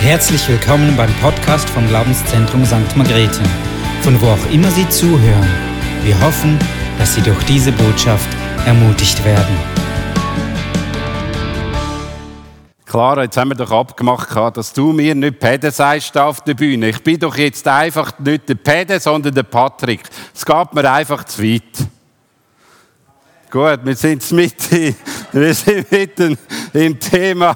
Herzlich willkommen beim Podcast vom Glaubenszentrum St. Margrethe. Von wo auch immer Sie zuhören, wir hoffen, dass Sie durch diese Botschaft ermutigt werden. Clara, jetzt haben wir doch abgemacht, dass du mir nicht Päde sagst auf der Bühne. Ich bin doch jetzt einfach nicht der Päde, sondern der Patrick. Es geht mir einfach zu weit. Gut, wir sind mitten im Thema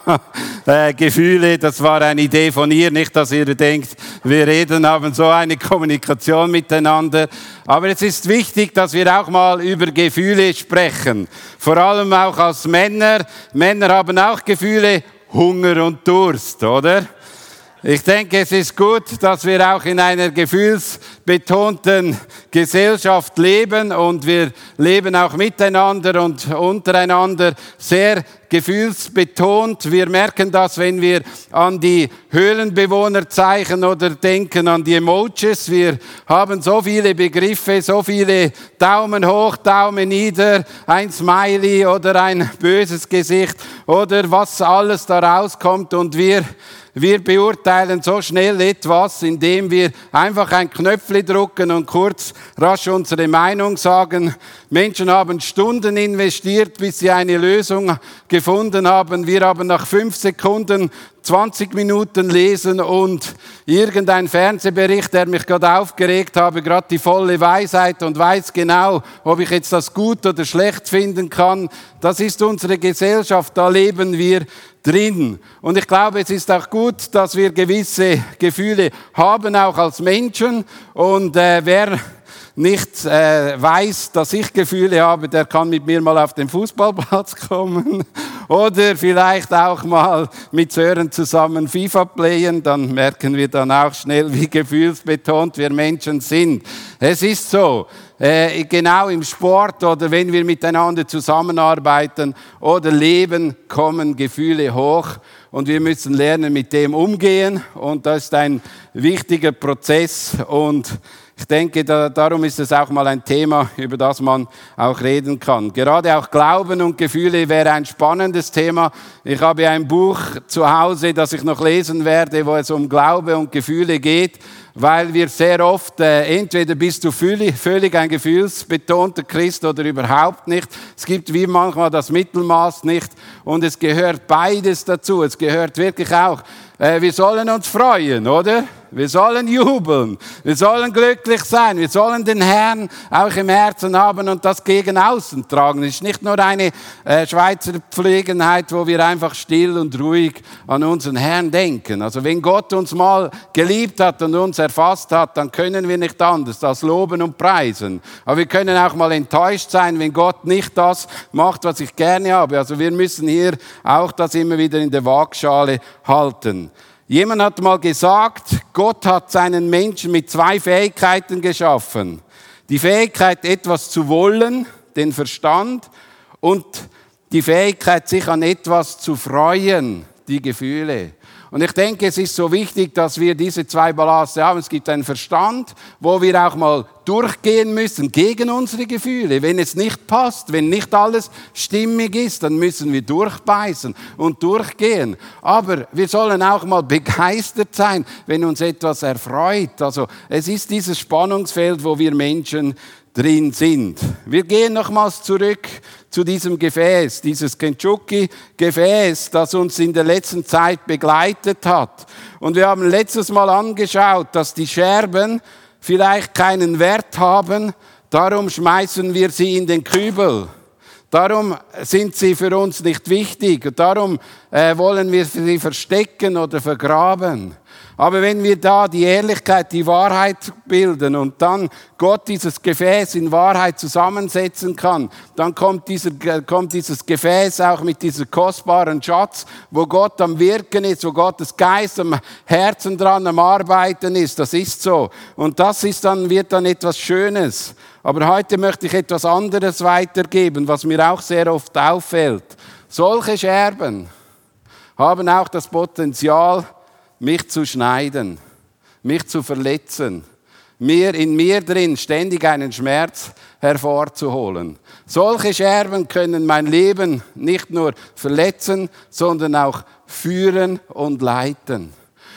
Gefühle. Das war eine Idee von ihr, nicht, dass ihr denkt, wir haben so eine Kommunikation miteinander. Aber es ist wichtig, dass wir auch mal über Gefühle sprechen. Vor allem auch als Männer. Männer haben auch Gefühle, Hunger und Durst, oder? Ich denke, es ist gut, dass wir auch in einer gefühlsbetonten Gesellschaft leben und wir leben auch miteinander und untereinander sehr gefühlsbetont. Wir merken das, wenn wir an die Höhlenbewohnerzeichen oder denken an die Emojis. Wir haben so viele Begriffe, so viele Daumen hoch, Daumen nieder, ein Smiley oder ein böses Gesicht oder was alles da rauskommt und wir beurteilen so schnell etwas, indem wir einfach ein Knöpfchen drücken und kurz rasch unsere Meinung sagen. Menschen haben Stunden investiert, bis sie eine Lösung gefunden haben. Wir haben nach 5 Sekunden 20 Minuten lesen und irgendein Fernsehbericht, der mich gerade aufgeregt habe, gerade die volle Weisheit und weiß genau, ob ich jetzt das gut oder schlecht finden kann. Das ist unsere Gesellschaft, da leben wir drin. Und ich glaube, es ist auch gut, dass wir gewisse Gefühle haben, auch als Menschen. Und wer nicht weiß, dass ich Gefühle habe, der kann mit mir mal auf den Fußballplatz kommen oder vielleicht auch mal mit Sören zusammen FIFA playen, dann merken wir dann auch schnell, wie gefühlsbetont wir Menschen sind. Es ist so, genau im Sport oder wenn wir miteinander zusammenarbeiten oder leben, kommen Gefühle hoch und wir müssen lernen, mit dem umgehen und das ist ein wichtiger Prozess und ich denke, darum ist es auch mal ein Thema, über das man auch reden kann. Gerade auch Glauben und Gefühle wäre ein spannendes Thema. Ich habe ein Buch zu Hause, das ich noch lesen werde, wo es um Glaube und Gefühle geht, weil wir sehr oft, entweder bist du völlig ein gefühlsbetonter Christ oder überhaupt nicht. Es gibt wie manchmal das Mittelmaß nicht und es gehört beides dazu. Es gehört wirklich auch, wir sollen uns freuen, oder? Wir sollen jubeln, wir sollen glücklich sein, wir sollen den Herrn auch im Herzen haben und das gegen außen tragen. Es ist nicht nur eine Schweizer Pflegenheit, wo wir einfach still und ruhig an unseren Herrn denken. Also wenn Gott uns mal geliebt hat und uns erfasst hat, dann können wir nicht anders als loben und preisen. Aber wir können auch mal enttäuscht sein, wenn Gott nicht das macht, was ich gerne habe. Also wir müssen hier auch das immer wieder in der Waagschale halten. Jemand hat mal gesagt, Gott hat seinen Menschen mit 2 Fähigkeiten geschaffen. Die Fähigkeit, etwas zu wollen, den Verstand, und die Fähigkeit, sich an etwas zu freuen, die Gefühle. Und ich denke, es ist so wichtig, dass wir diese 2 Balance haben. Es gibt einen Verstand, wo wir auch mal durchgehen müssen gegen unsere Gefühle. Wenn es nicht passt, wenn nicht alles stimmig ist, dann müssen wir durchbeißen und durchgehen. Aber wir sollen auch mal begeistert sein, wenn uns etwas erfreut. Also es ist dieses Spannungsfeld, wo wir Menschen drin sind. Wir gehen nochmals zurück zu diesem Gefäß, dieses Kentucky-Gefäß, das uns in der letzten Zeit begleitet hat. Und wir haben letztes Mal angeschaut, dass die Scherben vielleicht keinen Wert haben, darum schmeißen wir sie in den Kübel. Darum sind sie für uns nicht wichtig und darum wollen wir sie verstecken oder vergraben. Aber wenn wir da die Ehrlichkeit, die Wahrheit bilden und dann Gott dieses Gefäß in Wahrheit zusammensetzen kann, dann kommt dieses Gefäß auch mit dieser kostbaren Schatz, wo Gott am Wirken ist, wo Gottes Geist am Herzen dran am Arbeiten ist. Das ist so. Und das wird dann etwas Schönes. Aber heute möchte ich etwas anderes weitergeben, was mir auch sehr oft auffällt. Solche Scherben haben auch das Potenzial, mich zu schneiden, mich zu verletzen, in mir drin ständig einen Schmerz hervorzuholen. Solche Scherben können mein Leben nicht nur verletzen, sondern auch führen und leiten.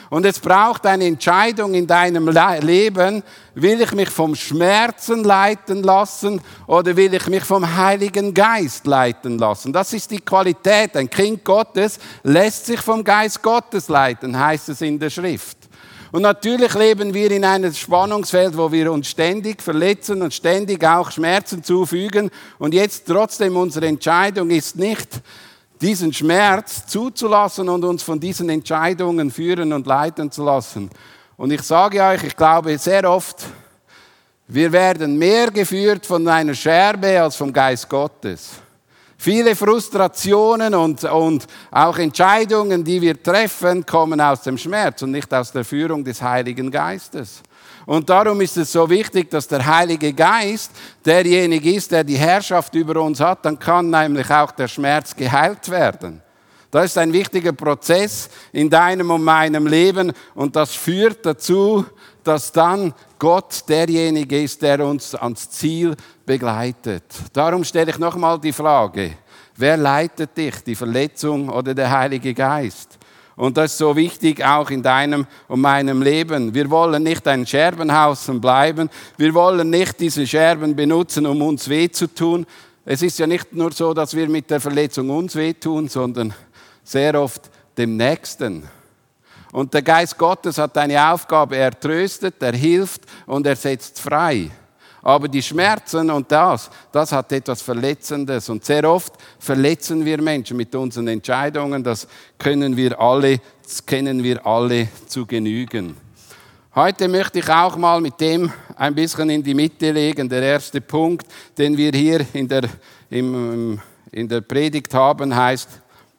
Und es braucht eine Entscheidung in deinem Leben, will ich mich vom Schmerzen leiten lassen oder will ich mich vom Heiligen Geist leiten lassen? Das ist die Qualität. Ein Kind Gottes lässt sich vom Geist Gottes leiten, heißt es in der Schrift. Und natürlich leben wir in einem Spannungsfeld, wo wir uns ständig verletzen und ständig auch Schmerzen zufügen. Und jetzt trotzdem unsere Entscheidung ist nicht, diesen Schmerz zuzulassen und uns von diesen Entscheidungen führen und leiten zu lassen. Und ich sage euch, ich glaube sehr oft, wir werden mehr geführt von einer Scherbe als vom Geist Gottes. Viele Frustrationen und auch Entscheidungen, die wir treffen, kommen aus dem Schmerz und nicht aus der Führung des Heiligen Geistes. Und darum ist es so wichtig, dass der Heilige Geist derjenige ist, der die Herrschaft über uns hat. Dann kann nämlich auch der Schmerz geheilt werden. Das ist ein wichtiger Prozess in deinem und meinem Leben und das führt dazu, dass dann Gott derjenige ist, der uns ans Ziel begleitet. Darum stelle ich nochmal die Frage, wer leitet dich, die Verletzung oder der Heilige Geist? Und das ist so wichtig auch in deinem und meinem Leben. Wir wollen nicht ein Scherbenhaufen bleiben. Wir wollen nicht diese Scherben benutzen, um uns weh zu tun. Es ist ja nicht nur so, dass wir mit der Verletzung uns wehtun, sondern sehr oft dem Nächsten. Und der Geist Gottes hat eine Aufgabe, er tröstet, er hilft und er setzt frei. Aber die Schmerzen und das hat etwas Verletzendes. Und sehr oft verletzen wir Menschen mit unseren Entscheidungen. Das kennen wir alle zu Genügen. Heute möchte ich auch mal mit dem ein bisschen in die Mitte legen. Der erste Punkt, den wir hier in der Predigt haben, heißt,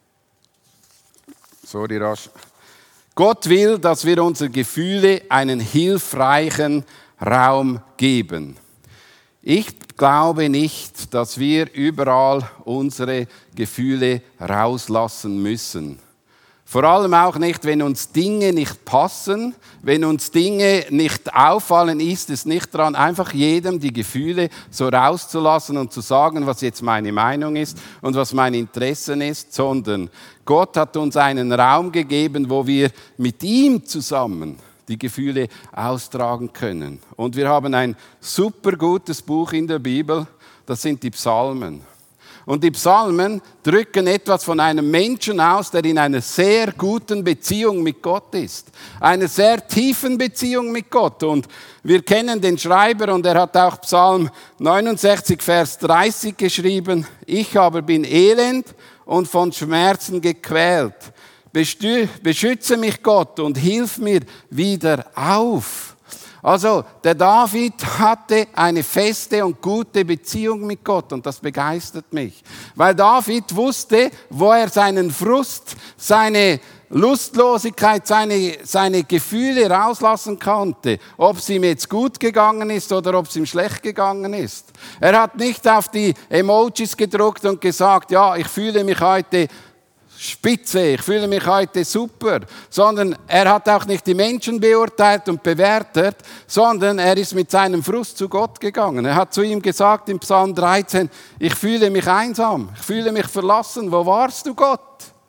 Gott will, dass wir unseren Gefühlen einen hilfreichen Raum geben. Ich glaube nicht, dass wir überall unsere Gefühle rauslassen müssen. Vor allem auch nicht, wenn uns Dinge nicht passen, wenn uns Dinge nicht auffallen, ist es nicht dran, einfach jedem die Gefühle so rauszulassen und zu sagen, was jetzt meine Meinung ist und was mein Interesse ist, sondern Gott hat uns einen Raum gegeben, wo wir mit ihm zusammen die Gefühle austragen können. Und wir haben ein super gutes Buch in der Bibel, das sind die Psalmen. Und die Psalmen drücken etwas von einem Menschen aus, der in einer sehr guten Beziehung mit Gott ist. Einer sehr tiefen Beziehung mit Gott. Und wir kennen den Schreiber und er hat auch Psalm 69, Vers 30 geschrieben. Ich aber bin elend und von Schmerzen gequält. Beschütze mich Gott und hilf mir wieder auf. Also, der David hatte eine feste und gute Beziehung mit Gott und das begeistert mich. Weil David wusste, wo er seinen Frust, seine Lustlosigkeit, seine Gefühle rauslassen konnte. Ob es ihm jetzt gut gegangen ist oder ob es ihm schlecht gegangen ist. Er hat nicht auf die Emojis gedruckt und gesagt, ja, ich fühle mich heute spitze, ich fühle mich heute super, sondern er hat auch nicht die Menschen beurteilt und bewertet, sondern er ist mit seinem Frust zu Gott gegangen. Er hat zu ihm gesagt im Psalm 13, ich fühle mich einsam, ich fühle mich verlassen, wo warst du Gott?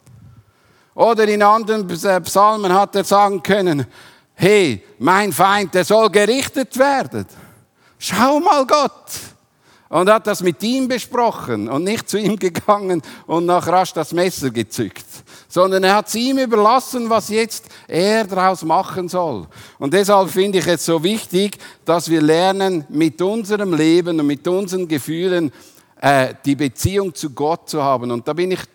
Oder in anderen Psalmen hat er sagen können, hey, mein Feind, der soll gerichtet werden. Schau mal Gott. Und hat das mit ihm besprochen und nicht zu ihm gegangen und nach rasch das Messer gezückt, sondern er hat es ihm überlassen, was jetzt er daraus machen soll. Und deshalb finde ich es so wichtig, dass wir lernen, mit unserem Leben und mit unseren Gefühlen die Beziehung zu Gott zu haben. Und da bin ich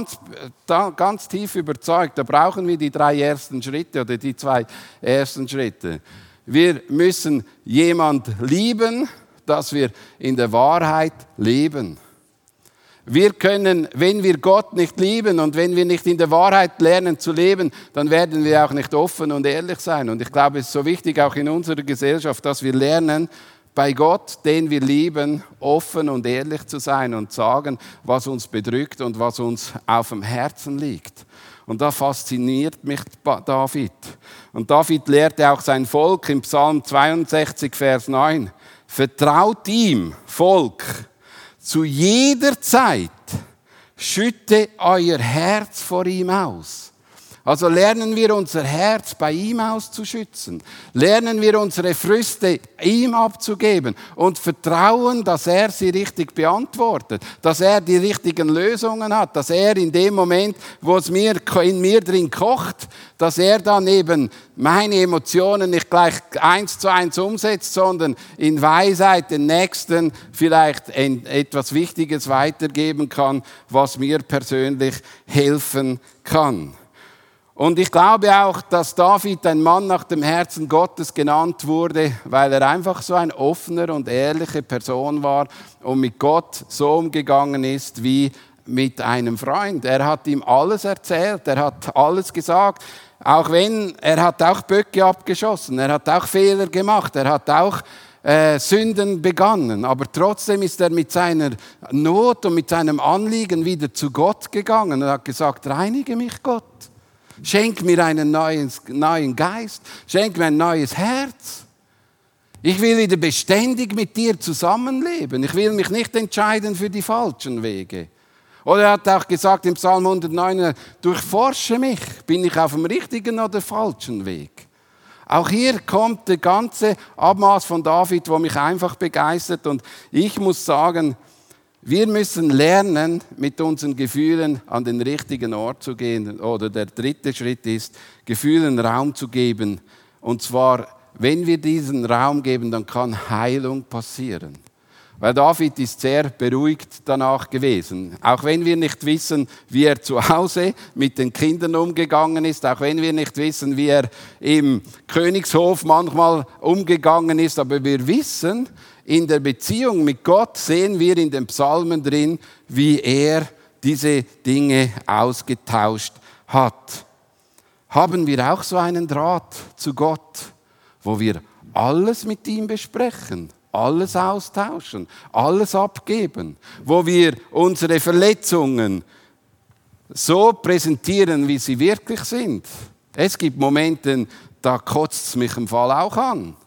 ganz tief überzeugt, da brauchen wir die 3 ersten Schritte oder die 2 ersten Schritte. Wir müssen jemand lieben, dass wir in der Wahrheit leben. Wir können, wenn wir Gott nicht lieben und wenn wir nicht in der Wahrheit lernen zu leben, dann werden wir auch nicht offen und ehrlich sein. Und ich glaube, es ist so wichtig, auch in unserer Gesellschaft, dass wir lernen, bei Gott, den wir lieben, offen und ehrlich zu sein und sagen, was uns bedrückt und was uns auf dem Herzen liegt. Und da fasziniert mich David. Und David lehrte auch sein Volk im Psalm 62, Vers 9. Vertraut ihm, Volk, zu jeder Zeit, schütte euer Herz vor ihm aus. Also lernen wir unser Herz bei ihm auszuschützen. Lernen wir unsere Früchte ihm abzugeben und vertrauen, dass er sie richtig beantwortet, dass er die richtigen Lösungen hat, dass er in dem Moment, wo es in mir drin kocht, dass er dann eben meine Emotionen nicht gleich 1:1 umsetzt, sondern in Weisheit den Nächsten vielleicht etwas Wichtiges weitergeben kann, was mir persönlich helfen kann. Und ich glaube auch, dass David ein Mann nach dem Herzen Gottes genannt wurde, weil er einfach so ein offener und ehrlicher Person war und mit Gott so umgegangen ist wie mit einem Freund. Er hat ihm alles erzählt, er hat alles gesagt. Auch wenn, er hat auch Böcke abgeschossen, er hat auch Fehler gemacht, er hat auch Sünden begangen. Aber trotzdem ist er mit seiner Not und mit seinem Anliegen wieder zu Gott gegangen und hat gesagt, reinige mich, Gott. Schenk mir einen neuen Geist. Schenk mir ein neues Herz. Ich will wieder beständig mit dir zusammenleben. Ich will mich nicht entscheiden für die falschen Wege. Oder er hat auch gesagt im Psalm 109, durchforsche mich. Bin ich auf dem richtigen oder falschen Weg? Auch hier kommt der ganze Abmaß von David, wo mich einfach begeistert. Und ich muss sagen, wir müssen lernen, mit unseren Gefühlen an den richtigen Ort zu gehen. Oder der dritte Schritt ist, Gefühlen Raum zu geben. Und zwar, wenn wir diesen Raum geben, dann kann Heilung passieren. Weil David ist sehr beruhigt danach gewesen. Auch wenn wir nicht wissen, wie er zu Hause mit den Kindern umgegangen ist, auch wenn wir nicht wissen, wie er im Königshof manchmal umgegangen ist, aber wir wissen, in der Beziehung mit Gott sehen wir in den Psalmen drin, wie er diese Dinge ausgetauscht hat. Haben wir auch so einen Draht zu Gott, wo wir alles mit ihm besprechen, alles austauschen, alles abgeben, wo wir unsere Verletzungen so präsentieren, wie sie wirklich sind. Es gibt Momente, da kotzt es mich im Fall auch an.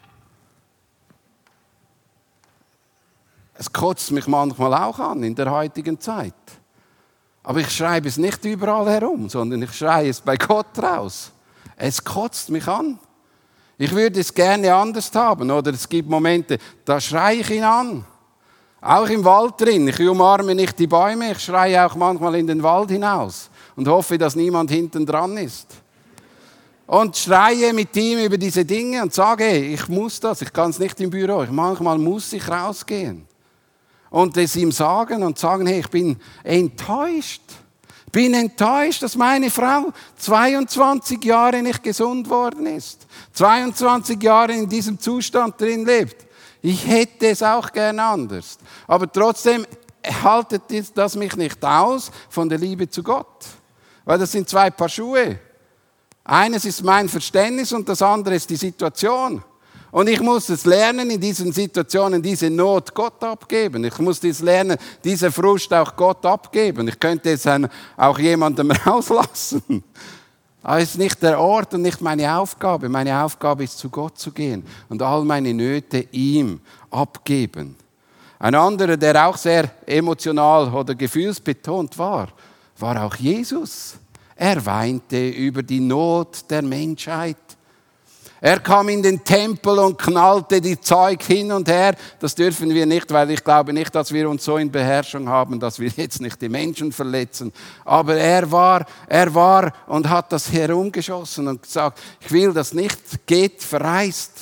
Es kotzt mich manchmal auch an in der heutigen Zeit. Aber ich schreibe es nicht überall herum, sondern ich schreie es bei Gott raus. Es kotzt mich an. Ich würde es gerne anders haben. Oder es gibt Momente, da schreie ich ihn an. Auch im Wald drin. Ich umarme nicht die Bäume, ich schreie auch manchmal in den Wald hinaus und hoffe, dass niemand hinten dran ist. Und schreie mit ihm über diese Dinge und sage, hey, ich muss das, ich kann es nicht im Büro. Manchmal muss ich rausgehen. Und es ihm sagen und sagen, hey, ich bin enttäuscht. Bin enttäuscht, dass meine Frau 22 Jahre nicht gesund worden ist. 22 Jahre in diesem Zustand drin lebt. Ich hätte es auch gern anders. Aber trotzdem haltet das mich nicht aus von der Liebe zu Gott. Weil das sind zwei Paar Schuhe. Eines ist mein Verständnis und das andere ist die Situation. Und ich muss es lernen, in diesen Situationen diese Not Gott abgeben. Ich muss es lernen, diese Frust auch Gott abgeben. Ich könnte es auch jemandem rauslassen. Aber es ist nicht der Ort und nicht meine Aufgabe. Meine Aufgabe ist, zu Gott zu gehen und all meine Nöte ihm abgeben. Ein anderer, der auch sehr emotional oder gefühlsbetont war auch Jesus. Er weinte über die Not der Menschheit. Er kam in den Tempel und knallte die Zeug hin und her. Das dürfen wir nicht, weil ich glaube nicht, dass wir uns so in Beherrschung haben, dass wir jetzt nicht die Menschen verletzen. Aber er war und hat das herumgeschossen und gesagt, ich will das nicht, geht, verreist.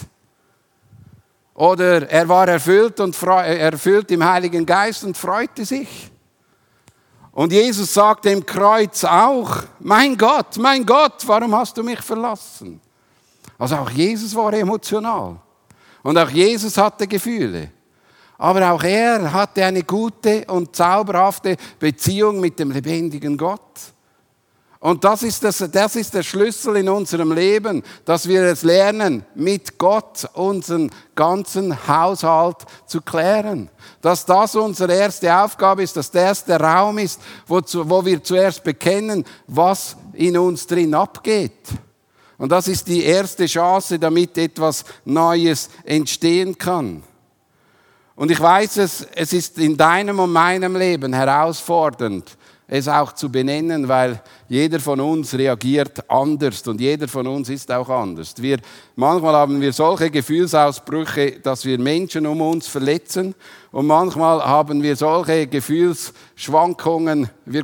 Oder er war erfüllt im Heiligen Geist und freute sich. Und Jesus sagte im Kreuz auch, mein Gott, warum hast du mich verlassen? Also auch Jesus war emotional. Und auch Jesus hatte Gefühle. Aber auch er hatte eine gute und zauberhafte Beziehung mit dem lebendigen Gott. Und das ist der Schlüssel in unserem Leben, dass wir es lernen, mit Gott unseren ganzen Haushalt zu klären. Dass das unsere erste Aufgabe ist, dass das der Raum ist, wo wir zuerst bekennen, was in uns drin abgeht. Und das ist die erste Chance, damit etwas Neues entstehen kann. Und ich weiß es ist in deinem und meinem Leben herausfordernd, es auch zu benennen, weil jeder von uns reagiert anders und jeder von uns ist auch anders. Manchmal haben wir solche Gefühlsausbrüche, dass wir Menschen um uns verletzen, und manchmal haben wir solche Gefühlsschwankungen. Wir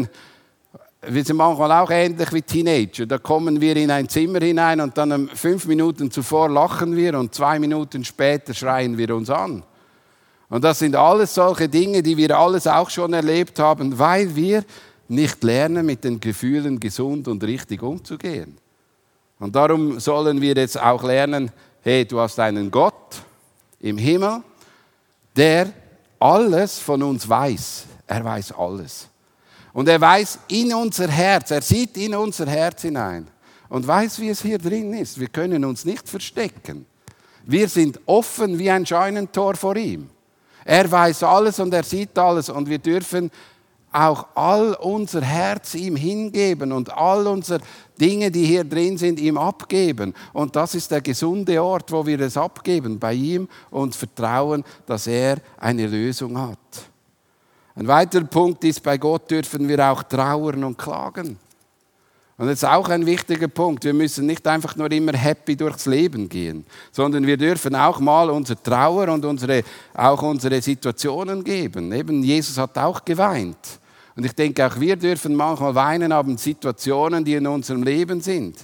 sind manchmal auch ähnlich wie Teenager. Da kommen wir in ein Zimmer hinein und dann 5 Minuten zuvor lachen wir und 2 Minuten später schreien wir uns an. Und das sind alles solche Dinge, die wir alles auch schon erlebt haben, weil wir nicht lernen, mit den Gefühlen gesund und richtig umzugehen. Und darum sollen wir jetzt auch lernen, hey, du hast einen Gott im Himmel, der alles von uns weiß. Er weiß alles. Und er weiß in unser Herz, er sieht in unser Herz hinein und weiß, wie es hier drin ist. Wir können uns nicht verstecken. Wir sind offen wie ein Scheunentor vor ihm. Er weiß alles und er sieht alles, und wir dürfen auch all unser Herz ihm hingeben und all unsere Dinge, die hier drin sind, ihm abgeben. Und das ist der gesunde Ort, wo wir es abgeben, bei ihm, und vertrauen, dass er eine Lösung hat. Ein weiterer Punkt ist, bei Gott dürfen wir auch trauern und klagen. Und das ist auch ein wichtiger Punkt. Wir müssen nicht einfach nur immer happy durchs Leben gehen, sondern wir dürfen auch mal unsere Trauer und auch unsere Situationen geben. Eben, Jesus hat auch geweint. Und ich denke, auch wir dürfen manchmal weinen an Situationen, die in unserem Leben sind.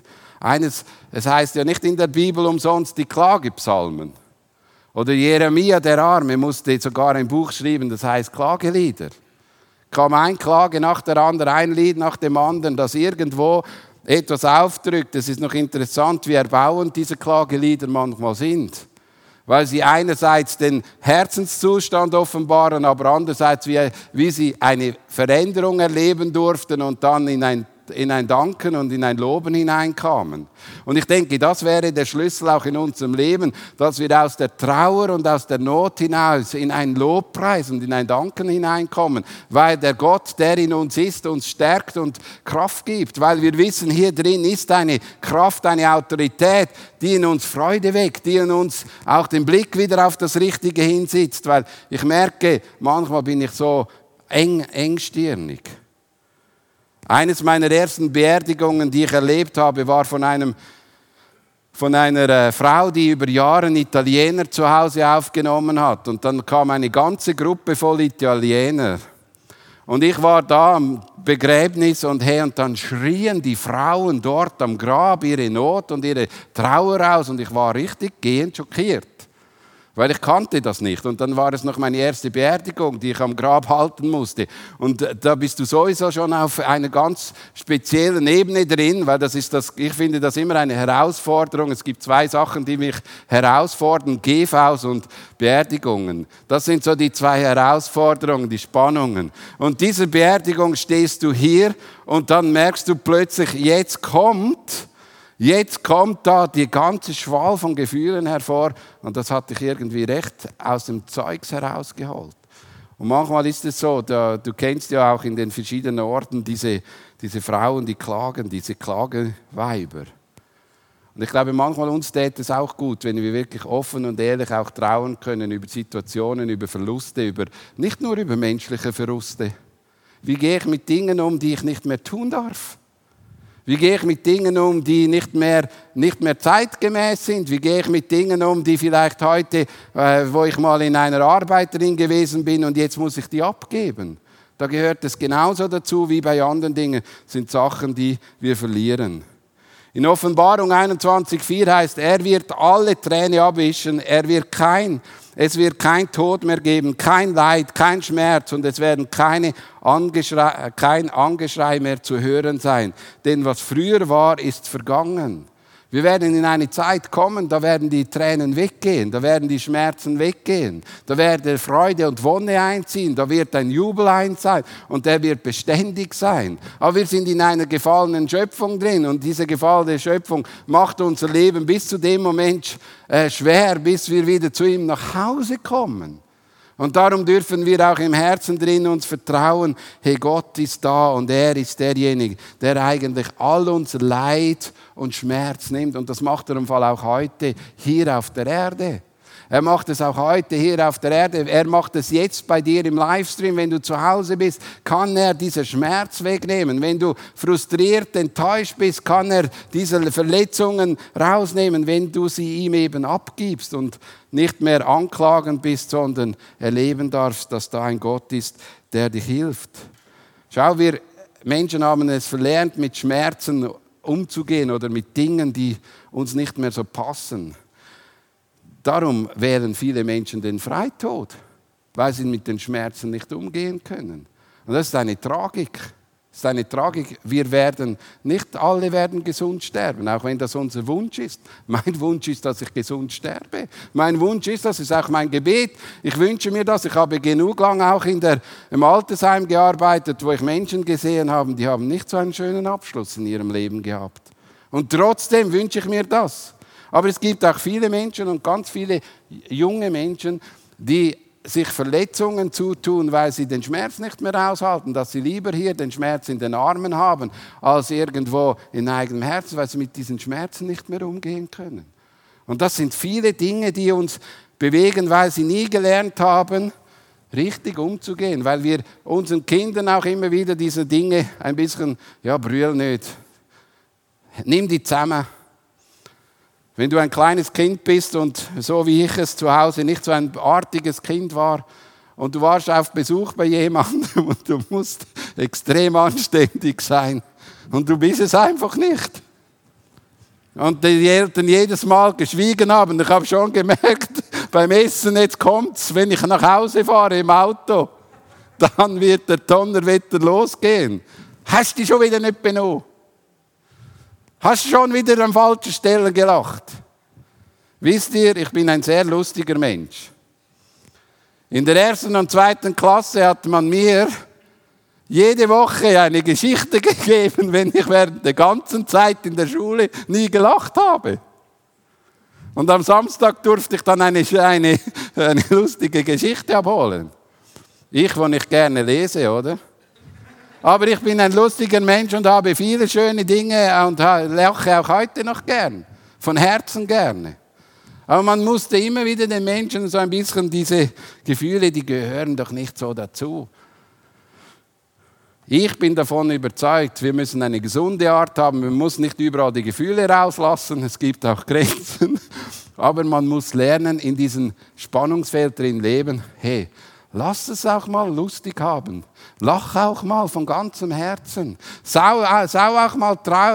Es heißt ja nicht in der Bibel umsonst die Klagepsalmen. Oder Jeremia, der Arme, musste sogar ein Buch schreiben, das heißt Klagelieder. Kam ein Klage nach der anderen, ein Lied nach dem anderen, das irgendwo etwas aufdrückt. Es ist noch interessant, wie erbauend diese Klagelieder manchmal sind. Weil sie einerseits den Herzenszustand offenbaren, aber andererseits, wie sie eine Veränderung erleben durften und dann in ein Danken und in ein Loben hineinkamen. Und ich denke, das wäre der Schlüssel auch in unserem Leben, dass wir aus der Trauer und aus der Not hinaus in einen Lobpreis und in ein Danken hineinkommen, weil der Gott, der in uns ist, uns stärkt und Kraft gibt, weil wir wissen, hier drin ist eine Kraft, eine Autorität, die in uns Freude weckt, die in uns auch den Blick wieder auf das Richtige hinsitzt, weil ich merke, manchmal bin ich so engstirnig. Eines meiner ersten Beerdigungen, die ich erlebt habe, war von einer Frau, die über Jahre einen Italiener zu Hause aufgenommen hat. Und dann kam eine ganze Gruppe voll Italiener. Und ich war da am Begräbnis und dann schrien die Frauen dort am Grab ihre Not und ihre Trauer aus. Und ich war richtig gehend schockiert. Weil ich kannte das nicht. Und dann war es noch meine erste Beerdigung, die ich am Grab halten musste. Und da bist du sowieso schon auf einer ganz speziellen Ebene drin, weil ich finde das immer eine Herausforderung. Es gibt 2 Sachen, die mich herausfordern, GVs und Beerdigungen. Das sind so die 2 Herausforderungen, die Spannungen. Und diese Beerdigung stehst du hier und dann merkst du plötzlich, jetzt kommt da die ganze Schwall von Gefühlen hervor, und das hat dich irgendwie recht aus dem Zeugs herausgeholt. Und manchmal ist es so, du kennst ja auch in den verschiedenen Orten diese Frauen, die klagen, diese Klageweiber. Und ich glaube, manchmal uns täte es auch gut, wenn wir wirklich offen und ehrlich auch trauern können über Situationen, über Verluste, nicht nur über menschliche Verluste. Wie gehe ich mit Dingen um, die ich nicht mehr tun darf? Wie gehe ich mit Dingen um, die nicht mehr zeitgemäß sind? Wie gehe ich mit Dingen um, die vielleicht heute, wo ich mal in einer Arbeit drin gewesen bin und jetzt muss ich die abgeben? Da gehört es genauso dazu wie bei anderen Dingen, sind Sachen, die wir verlieren. In Offenbarung 21,4 heißt, er wird alle Tränen abwischen, es wird kein Tod mehr geben, kein Leid, kein Schmerz, und es werden kein Angeschrei mehr zu hören sein. Denn was früher war, ist vergangen. Wir werden in eine Zeit kommen, da werden die Tränen weggehen, da werden die Schmerzen weggehen, da wird Freude und Wonne einziehen, da wird ein Jubel sein und der wird beständig sein. Aber wir sind in einer gefallenen Schöpfung drin, und diese gefallene Schöpfung macht unser Leben bis zu dem Moment schwer, bis wir wieder zu ihm nach Hause kommen. Und darum dürfen wir auch im Herzen drin uns vertrauen, hey, Gott ist da und er ist derjenige, der eigentlich all unser Leid und Schmerz nimmt. Und das macht er im Fall auch heute hier auf der Erde. Er macht es auch heute hier auf der Erde. Er macht es jetzt bei dir im Livestream. Wenn du zu Hause bist, kann er diesen Schmerz wegnehmen. Wenn du frustriert, enttäuscht bist, kann er diese Verletzungen rausnehmen, wenn du sie ihm eben abgibst und nicht mehr anklagend bist, sondern erleben darfst, dass da ein Gott ist, der dich hilft. Schau, wir Menschen haben es verlernt, mit Schmerzen umzugehen oder mit Dingen, die uns nicht mehr so passen. Darum wählen viele Menschen den Freitod, weil sie mit den Schmerzen nicht umgehen können. Und das ist eine Tragik. Das ist eine Tragik. Nicht alle werden gesund sterben, auch wenn das unser Wunsch ist. Mein Wunsch ist, dass ich gesund sterbe. Mein Wunsch ist, das ist auch mein Gebet. Ich wünsche mir das. Ich habe genug lang auch im Altersheim gearbeitet, wo ich Menschen gesehen habe, die haben nicht so einen schönen Abschluss in ihrem Leben gehabt. Und trotzdem wünsche ich mir das. Aber es gibt auch viele Menschen und ganz viele junge Menschen, die sich Verletzungen zutun, weil sie den Schmerz nicht mehr aushalten, dass sie lieber hier den Schmerz in den Armen haben, als irgendwo in eigenem Herzen, weil sie mit diesen Schmerzen nicht mehr umgehen können. Und das sind viele Dinge, die uns bewegen, weil sie nie gelernt haben, richtig umzugehen, weil wir unseren Kindern auch immer wieder diese Dinge ein bisschen, brüll nicht, nimm die zusammen. Wenn du ein kleines Kind bist und so wie ich es zu Hause nicht so ein artiges Kind war und du warst auf Besuch bei jemandem und du musst extrem anständig sein und du bist es einfach nicht. Und die Eltern jedes Mal geschwiegen haben. Ich habe schon gemerkt, beim Essen, jetzt kommt's, wenn ich nach Hause fahre im Auto, dann wird der Donnerwetter losgehen. Hast du dich schon wieder nicht benommen? Hast du schon wieder an falschen Stellen gelacht? Wisst ihr, ich bin ein sehr lustiger Mensch. In der 1. und 2. Klasse hat man mir jede Woche eine Geschichte gegeben, wenn ich während der ganzen Zeit in der Schule nie gelacht habe. Und am Samstag durfte ich dann eine lustige Geschichte abholen. Ich, wo nicht gerne lese, oder? Aber ich bin ein lustiger Mensch und habe viele schöne Dinge und lache auch heute noch gern. Von Herzen gerne. Aber man musste immer wieder den Menschen so ein bisschen diese Gefühle, die gehören doch nicht so dazu. Ich bin davon überzeugt, wir müssen eine gesunde Art haben. Man muss nicht überall die Gefühle rauslassen. Es gibt auch Grenzen. Aber man muss lernen, in diesem Spannungsfeld drin leben. Hey, lass es auch mal lustig haben. Lach auch mal von ganzem Herzen. Sei auch mal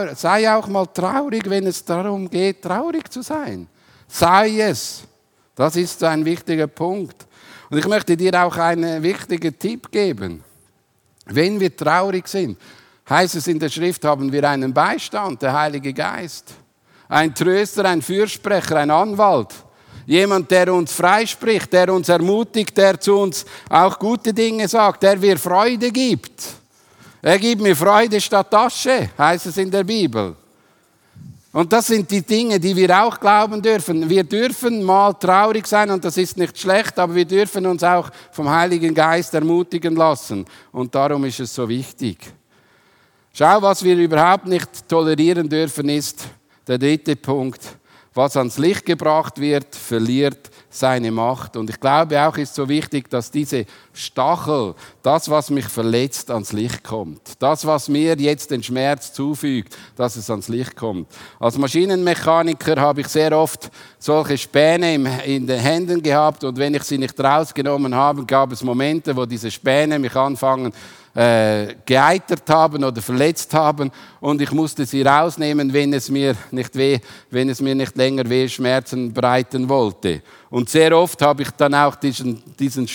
traurig, wenn es darum geht, traurig zu sein. Sei es. Das ist ein wichtiger Punkt. Und ich möchte dir auch einen wichtigen Tipp geben. Wenn wir traurig sind, heißt es in der Schrift, haben wir einen Beistand, der Heilige Geist. Ein Tröster, ein Fürsprecher, ein Anwalt. Jemand, der uns freispricht, der uns ermutigt, der zu uns auch gute Dinge sagt, der mir Freude gibt. Er gibt mir Freude statt Asche, heißt es in der Bibel. Und das sind die Dinge, die wir auch glauben dürfen. Wir dürfen mal traurig sein und das ist nicht schlecht, aber wir dürfen uns auch vom Heiligen Geist ermutigen lassen. Und darum ist es so wichtig. Schau, was wir überhaupt nicht tolerieren dürfen, ist der 3. Punkt. Was ans Licht gebracht wird, verliert seine Macht. Und ich glaube auch, ist so wichtig, dass diese Stachel, das, was mich verletzt, ans Licht kommt. Das, was mir jetzt den Schmerz zufügt, dass es ans Licht kommt. Als Maschinenmechaniker habe ich sehr oft solche Späne in den Händen gehabt und wenn ich sie nicht rausgenommen habe, gab es Momente, wo diese Späne mich anfangen geeitert haben oder verletzt haben und ich musste sie rausnehmen, wenn es mir nicht länger Schmerzen bereiten wollte. Und sehr oft habe ich dann auch diesen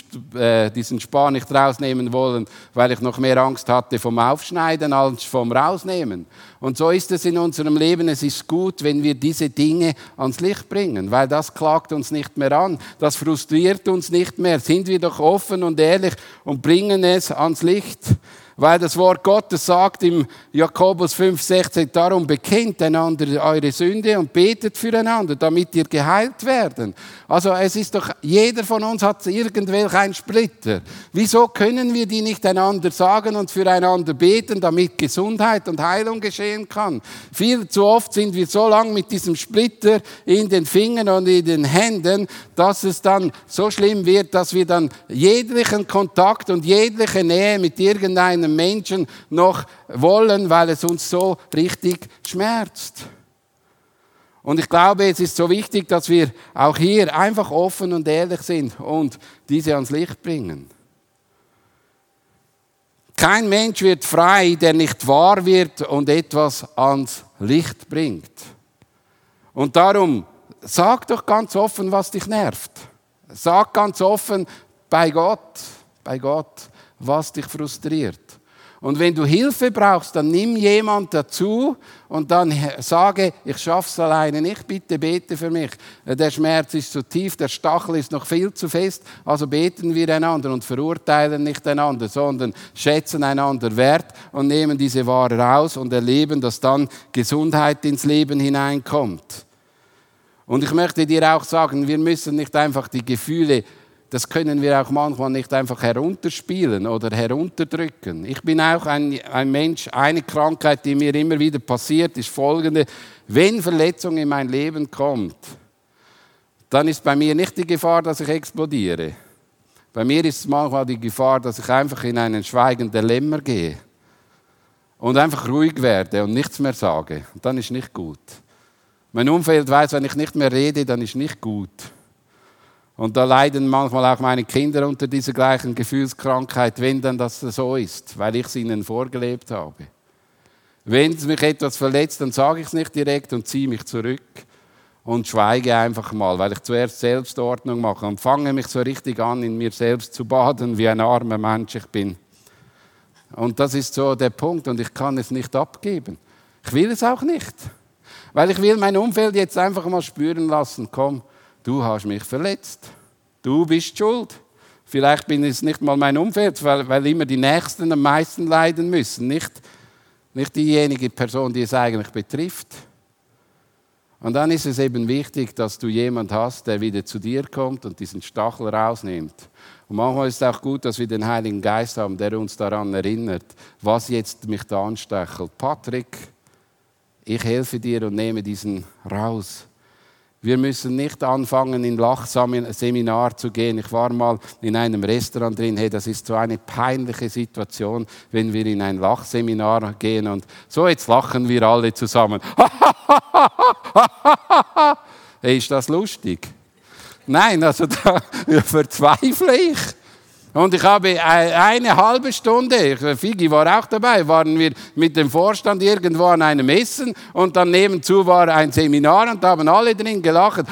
Span nicht rausnehmen wollen, weil ich noch mehr Angst hatte vom Aufschneiden als vom Rausnehmen. Und so ist es in unserem Leben. Es ist gut, wenn wir diese Dinge ans Licht bringen, weil das klagt uns nicht mehr an. Das frustriert uns nicht mehr. Sind wir doch offen und ehrlich und bringen es ans Licht. Weil das Wort Gottes sagt im Jakobus 5,16, darum bekennt einander eure Sünde und betet füreinander, damit ihr geheilt werden. Also es ist doch, jeder von uns hat irgendwelchen Splitter. Wieso können wir die nicht einander sagen und füreinander beten, damit Gesundheit und Heilung geschehen kann? Viel zu oft sind wir so lang mit diesem Splitter in den Fingern und in den Händen, dass es dann so schlimm wird, dass wir dann jeglichen Kontakt und jegliche Nähe mit irgendeinem Menschen noch wollen, weil es uns so richtig schmerzt. Und ich glaube, es ist so wichtig, dass wir auch hier einfach offen und ehrlich sind und diese ans Licht bringen. Kein Mensch wird frei, der nicht wahr wird und etwas ans Licht bringt. Und darum, sag doch ganz offen, was dich nervt. Sag ganz offen bei Gott, was dich frustriert. Und wenn du Hilfe brauchst, dann nimm jemand dazu und dann sage, ich schaff's alleine nicht, bitte bete für mich. Der Schmerz ist zu tief, der Stachel ist noch viel zu fest, also beten wir einander und verurteilen nicht einander, sondern schätzen einander wert und nehmen diese Ware raus und erleben, dass dann Gesundheit ins Leben hineinkommt. Und ich möchte dir auch sagen, wir müssen nicht einfach die Gefühle, das können wir auch manchmal nicht einfach herunterspielen oder herunterdrücken. Ich bin auch ein Mensch, eine Krankheit, die mir immer wieder passiert, ist folgende. Wenn Verletzung in mein Leben kommt, dann ist bei mir nicht die Gefahr, dass ich explodiere. Bei mir ist es manchmal die Gefahr, dass ich einfach in einen schweigenden Lämmer gehe und einfach ruhig werde und nichts mehr sage. Und dann ist nicht gut. Mein Umfeld weiß, wenn ich nicht mehr rede, dann ist nicht gut. Und da leiden manchmal auch meine Kinder unter dieser gleichen Gefühlskrankheit, wenn dann das so ist, weil ich es ihnen vorgelebt habe. Wenn es mich etwas verletzt, dann sage ich es nicht direkt und ziehe mich zurück und schweige einfach mal, weil ich zuerst Selbstordnung mache und fange mich so richtig an, in mir selbst zu baden, wie ein armer Mensch ich bin. Und das ist so der Punkt und ich kann es nicht abgeben. Ich will es auch nicht, weil ich will mein Umfeld jetzt einfach mal spüren lassen, komm, du hast mich verletzt. Du bist schuld. Vielleicht bin es nicht mal mein Umfeld, weil immer die Nächsten am meisten leiden müssen. Nicht diejenige Person, die es eigentlich betrifft. Und dann ist es eben wichtig, dass du jemanden hast, der wieder zu dir kommt und diesen Stachel rausnimmt. Und manchmal ist es auch gut, dass wir den Heiligen Geist haben, der uns daran erinnert, was jetzt mich da anstachelt. Patrick, ich helfe dir und nehme diesen raus. Wir müssen nicht anfangen, in Lachseminar zu gehen. Ich war mal in einem Restaurant drin. Hey, das ist so eine peinliche Situation, wenn wir in ein Lachseminar gehen. Und so, jetzt lachen wir alle zusammen. Hey, ist das lustig? Nein, also da verzweifle ich. Und ich habe eine halbe Stunde, Figi war auch dabei, waren wir mit dem Vorstand irgendwo an einem Essen und dann nebenzu war ein Seminar und da haben alle drin gelacht.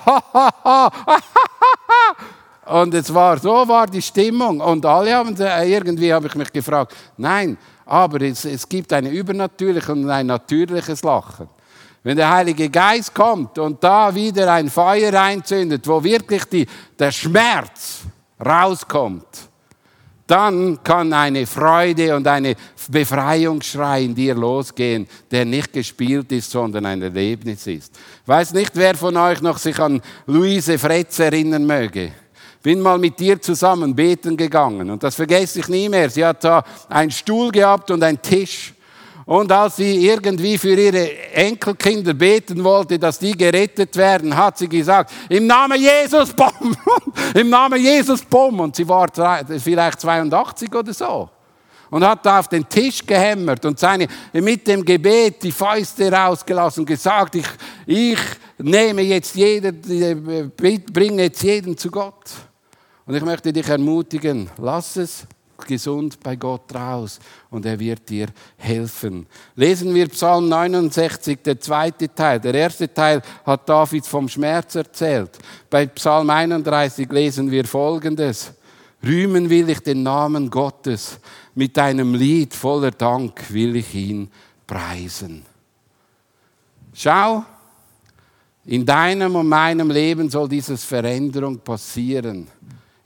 Und so war die Stimmung und alle haben, irgendwie habe ich mich gefragt, nein, aber es gibt ein übernatürliches und ein natürliches Lachen. Wenn der Heilige Geist kommt und da wieder ein Feuer reinzündet, wo wirklich der Schmerz rauskommt, dann kann eine Freude und eine Befreiungsschrei in dir losgehen, der nicht gespielt ist, sondern ein Erlebnis ist. Ich weiß nicht, wer von euch noch sich an Luise Fretz erinnern möge. Bin mal mit ihr zusammen beten gegangen und das vergesse ich nie mehr. Sie hat da einen Stuhl gehabt und einen Tisch. Und als sie irgendwie für ihre Enkelkinder beten wollte, dass die gerettet werden, hat sie gesagt, im Namen Jesus, bumm! Im Namen Jesus, bumm! Und sie war vielleicht 82 oder so. Und hat da auf den Tisch gehämmert und mit dem Gebet die Fäuste rausgelassen und gesagt, ich nehme jetzt bringe jetzt jeden zu Gott. Und ich möchte dich ermutigen, lass es gesund bei Gott raus und er wird dir helfen. Lesen wir Psalm 69, der zweite Teil. Der erste Teil hat David vom Schmerz erzählt. Bei Psalm 31 lesen wir Folgendes. Rühmen will ich den Namen Gottes, mit einem Lied voller Dank will ich ihn preisen. Schau, in deinem und meinem Leben soll diese Veränderung passieren.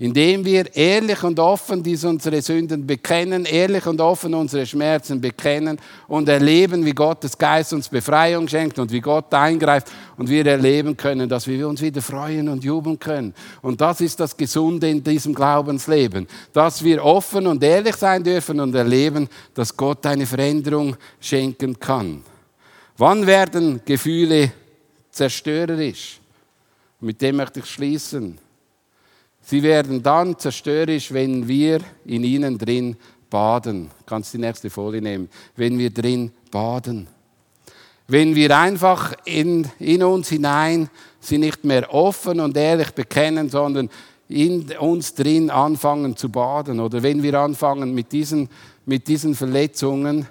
Indem wir ehrlich und offen unsere Sünden bekennen, ehrlich und offen unsere Schmerzen bekennen und erleben, wie Gottes Geist uns Befreiung schenkt und wie Gott eingreift und wir erleben können, dass wir uns wieder freuen und jubeln können. Und das ist das Gesunde in diesem Glaubensleben, dass wir offen und ehrlich sein dürfen und erleben, dass Gott eine Veränderung schenken kann. Wann werden Gefühle zerstörerisch? Mit dem möchte ich schließen. Sie werden dann zerstörerisch, wenn wir in ihnen drin baden. Kannst die nächste Folie nehmen. Wenn wir drin baden. Wenn wir einfach in uns hinein sie nicht mehr offen und ehrlich bekennen, sondern in uns drin anfangen zu baden. Oder wenn wir anfangen mit diesen Verletzungen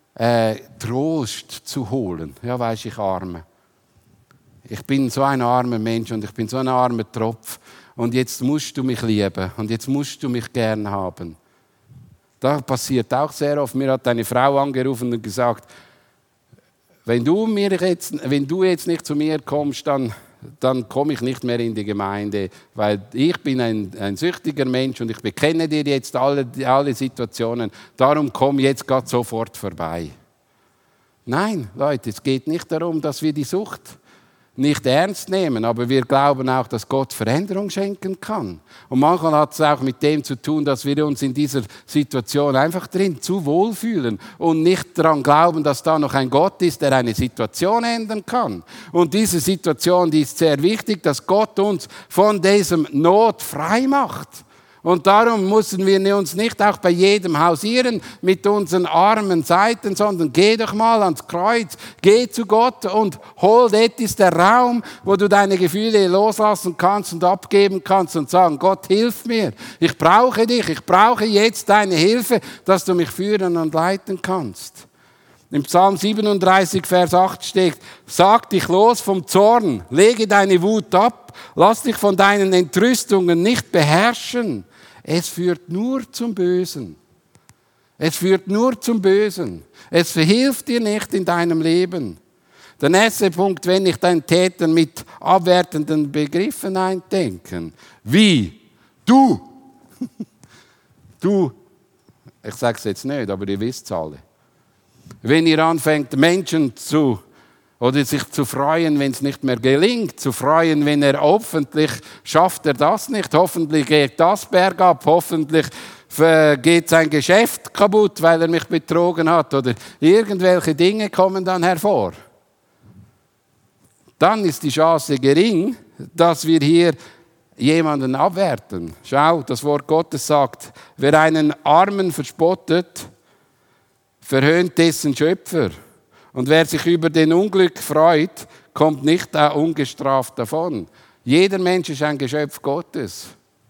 Trost zu holen. Ja, weiß ich, Arme. Ich bin so ein armer Mensch und ich bin so ein armer Tropf. Und jetzt musst du mich lieben und jetzt musst du mich gern haben. Das passiert auch sehr oft. Mir hat eine Frau angerufen und gesagt, wenn du jetzt nicht zu mir kommst, dann komme ich nicht mehr in die Gemeinde, weil ich bin ein süchtiger Mensch und ich bekenne dir jetzt alle Situationen. Darum komm jetzt gerade sofort vorbei. Nein, Leute, es geht nicht darum, dass wir die Sucht nicht ernst nehmen, aber wir glauben auch, dass Gott Veränderung schenken kann. Und manchmal hat es auch mit dem zu tun, dass wir uns in dieser Situation einfach drin zu wohl fühlen und nicht daran glauben, dass da noch ein Gott ist, der eine Situation ändern kann. Und diese Situation, die ist sehr wichtig, dass Gott uns von diesem Not frei macht. Und darum müssen wir uns nicht auch bei jedem hausieren mit unseren armen Seiten, sondern geh doch mal ans Kreuz, geh zu Gott und dort ist der Raum, wo du deine Gefühle loslassen kannst und abgeben kannst und sagen, Gott, hilf mir, ich brauche dich, ich brauche jetzt deine Hilfe, dass du mich führen und leiten kannst. Im Psalm 37, Vers 8 steht, sag dich los vom Zorn, lege deine Wut ab, lass dich von deinen Entrüstungen nicht beherrschen. Es führt nur zum Bösen. Es führt nur zum Bösen. Es verhilft dir nicht in deinem Leben. Der nächste Punkt, wenn ich den Täter mit abwertenden Begriffen eindenken. Wie? Du. Du. Ich sage es jetzt nicht, aber ihr wisst es alle. Wenn ihr anfängt, Menschen oder sich zu freuen, wenn es nicht mehr gelingt, zu freuen, wenn hoffentlich schafft er das nicht, hoffentlich geht das bergab, hoffentlich geht sein Geschäft kaputt, weil er mich betrogen hat oder irgendwelche Dinge kommen dann hervor. Dann ist die Chance gering, dass wir hier jemanden abwerten. Schau, das Wort Gottes sagt, wer einen Armen verspottet, verhöhnt dessen Schöpfer. Und wer sich über den Unglück freut, kommt nicht ungestraft davon. Jeder Mensch ist ein Geschöpf Gottes.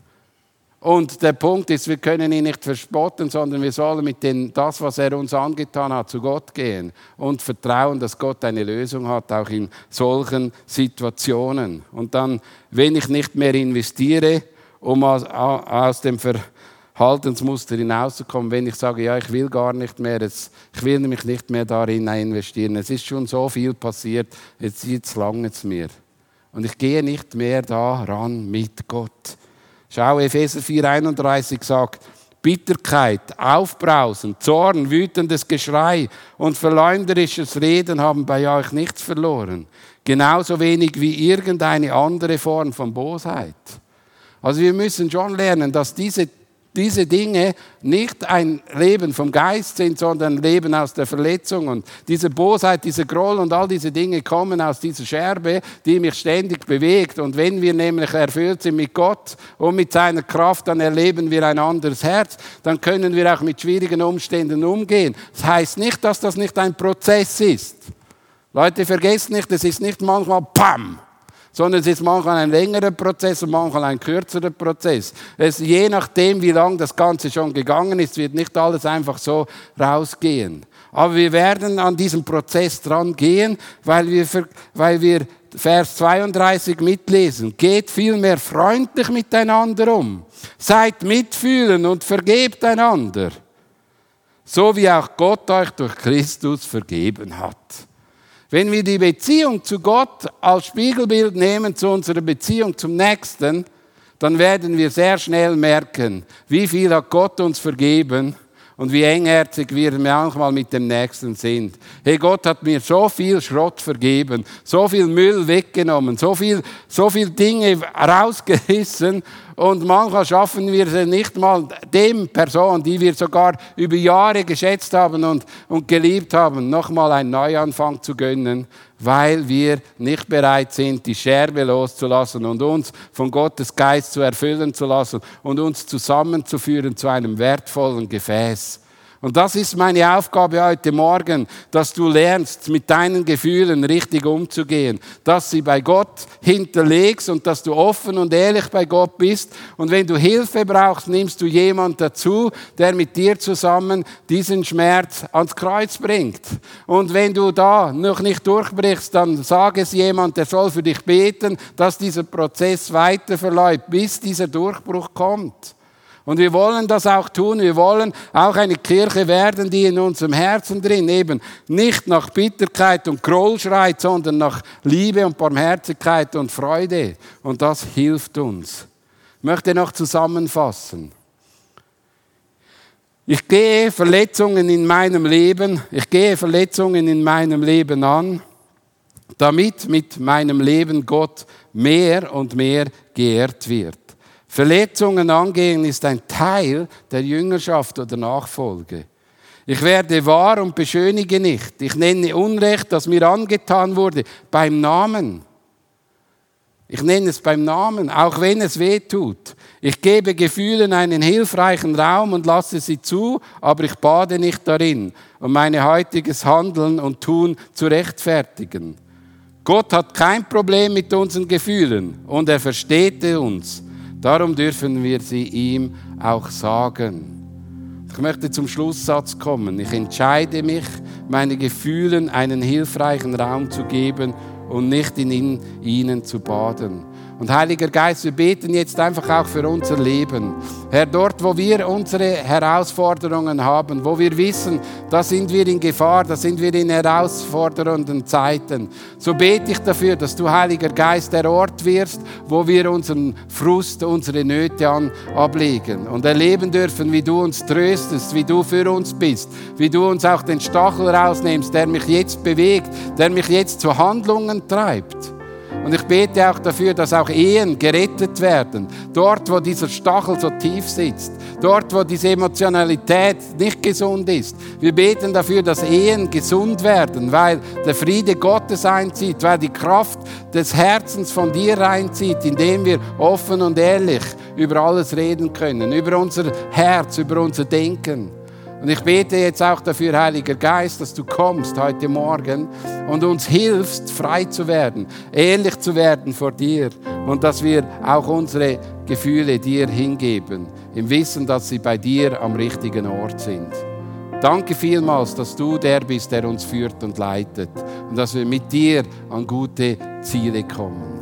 Und der Punkt ist, wir können ihn nicht verspotten, sondern wir sollen mit das, was er uns angetan hat, zu Gott gehen und vertrauen, dass Gott eine Lösung hat, auch in solchen Situationen. Und dann, wenn ich nicht mehr investiere, um aus dem Verhaltensmuster hinauszukommen, wenn ich sage, ja, ich will gar nicht mehr, ich will mich nicht mehr darin investieren. Es ist schon so viel passiert, jetzt langt es mir. Und ich gehe nicht mehr daran mit Gott. Schau, Epheser 4,31 sagt, Bitterkeit, Aufbrausen, Zorn, wütendes Geschrei und verleumderisches Reden haben bei euch nichts verloren. Genauso wenig wie irgendeine andere Form von Bosheit. Also wir müssen schon lernen, dass diese Dinge nicht ein Leben vom Geist sind, sondern ein Leben aus der Verletzung. Und diese Bosheit, diese Groll und all diese Dinge kommen aus dieser Scherbe, die mich ständig bewegt. Und wenn wir nämlich erfüllt sind mit Gott und mit seiner Kraft, dann erleben wir ein anderes Herz. Dann können wir auch mit schwierigen Umständen umgehen. Das heißt nicht, dass das nicht ein Prozess ist. Leute, vergesst nicht, es ist nicht manchmal PAM! Sondern es ist manchmal ein längerer Prozess und manchmal ein kürzerer Prozess. Je nachdem, wie lange das Ganze schon gegangen ist, wird nicht alles einfach so rausgehen. Aber wir werden an diesem Prozess dran gehen, weil wir Vers 32 mitlesen. Geht vielmehr freundlich miteinander um. Seid mitfühlend und vergebt einander. So wie auch Gott euch durch Christus vergeben hat. Wenn wir die Beziehung zu Gott als Spiegelbild nehmen zu unserer Beziehung zum Nächsten, dann werden wir sehr schnell merken, wie viel hat Gott uns vergeben und wie engherzig wir manchmal mit dem Nächsten sind. Hey, Gott hat mir so viel Schrott vergeben, so viel Müll weggenommen, so viel Dinge rausgerissen und manchmal schaffen wir es nicht mal dem Person, die wir sogar über Jahre geschätzt haben und geliebt haben, nochmal einen Neuanfang zu gönnen, weil wir nicht bereit sind, die Scherbe loszulassen und uns von Gottes Geist zu erfüllen zu lassen und uns zusammenzuführen zu einem wertvollen Gefäß. Und das ist meine Aufgabe heute Morgen, dass du lernst, mit deinen Gefühlen richtig umzugehen, dass sie bei Gott hinterlegst und dass du offen und ehrlich bei Gott bist. Und wenn du Hilfe brauchst, nimmst du jemanden dazu, der mit dir zusammen diesen Schmerz ans Kreuz bringt. Und wenn du da noch nicht durchbrichst, dann sag es jemand, der soll für dich beten, dass dieser Prozess weiter verläuft, bis dieser Durchbruch kommt. Und wir wollen das auch tun. Wir wollen auch eine Kirche werden, die in unserem Herzen drin eben nicht nach Bitterkeit und Groll schreit, sondern nach Liebe und Barmherzigkeit und Freude. Und das hilft uns. Ich möchte noch zusammenfassen. Ich gehe Verletzungen in meinem Leben an, damit mit meinem Leben Gott mehr und mehr geehrt wird. Verletzungen angehen ist ein Teil der Jüngerschaft oder Nachfolge. Ich werde wahr und beschönige nicht. Ich nenne Unrecht, das mir angetan wurde, beim Namen. Ich nenne es beim Namen, auch wenn es weh tut. Ich gebe Gefühlen einen hilfreichen Raum und lasse sie zu, aber ich bade nicht darin, um mein heutiges Handeln und Tun zu rechtfertigen. Gott hat kein Problem mit unseren Gefühlen und er versteht uns. Darum dürfen wir sie ihm auch sagen. Ich möchte zum Schlusssatz kommen. Ich entscheide mich, meinen Gefühlen einen hilfreichen Raum zu geben und nicht in ihnen zu baden. Und Heiliger Geist, wir beten jetzt einfach auch für unser Leben. Herr, dort, wo wir unsere Herausforderungen haben, wo wir wissen, da sind wir in Gefahr, da sind wir in herausfordernden Zeiten. So bete ich dafür, dass du, Heiliger Geist, der Ort wirst, wo wir unseren Frust, unsere Nöte ablegen und erleben dürfen, wie du uns tröstest, wie du für uns bist, wie du uns auch den Stachel rausnimmst, der mich jetzt bewegt, der mich jetzt zu Handlungen treibt. Und ich bete auch dafür, dass auch Ehen gerettet werden. Dort, wo dieser Stachel so tief sitzt. Dort, wo diese Emotionalität nicht gesund ist. Wir beten dafür, dass Ehen gesund werden, weil der Friede Gottes einzieht, weil die Kraft des Herzens von dir reinzieht, indem wir offen und ehrlich über alles reden können. Über unser Herz, über unser Denken. Und ich bete jetzt auch dafür, Heiliger Geist, dass du kommst heute Morgen und uns hilfst, frei zu werden, ehrlich zu werden vor dir und dass wir auch unsere Gefühle dir hingeben, im Wissen, dass sie bei dir am richtigen Ort sind. Danke vielmals, dass du der bist, der uns führt und leitet und dass wir mit dir an gute Ziele kommen.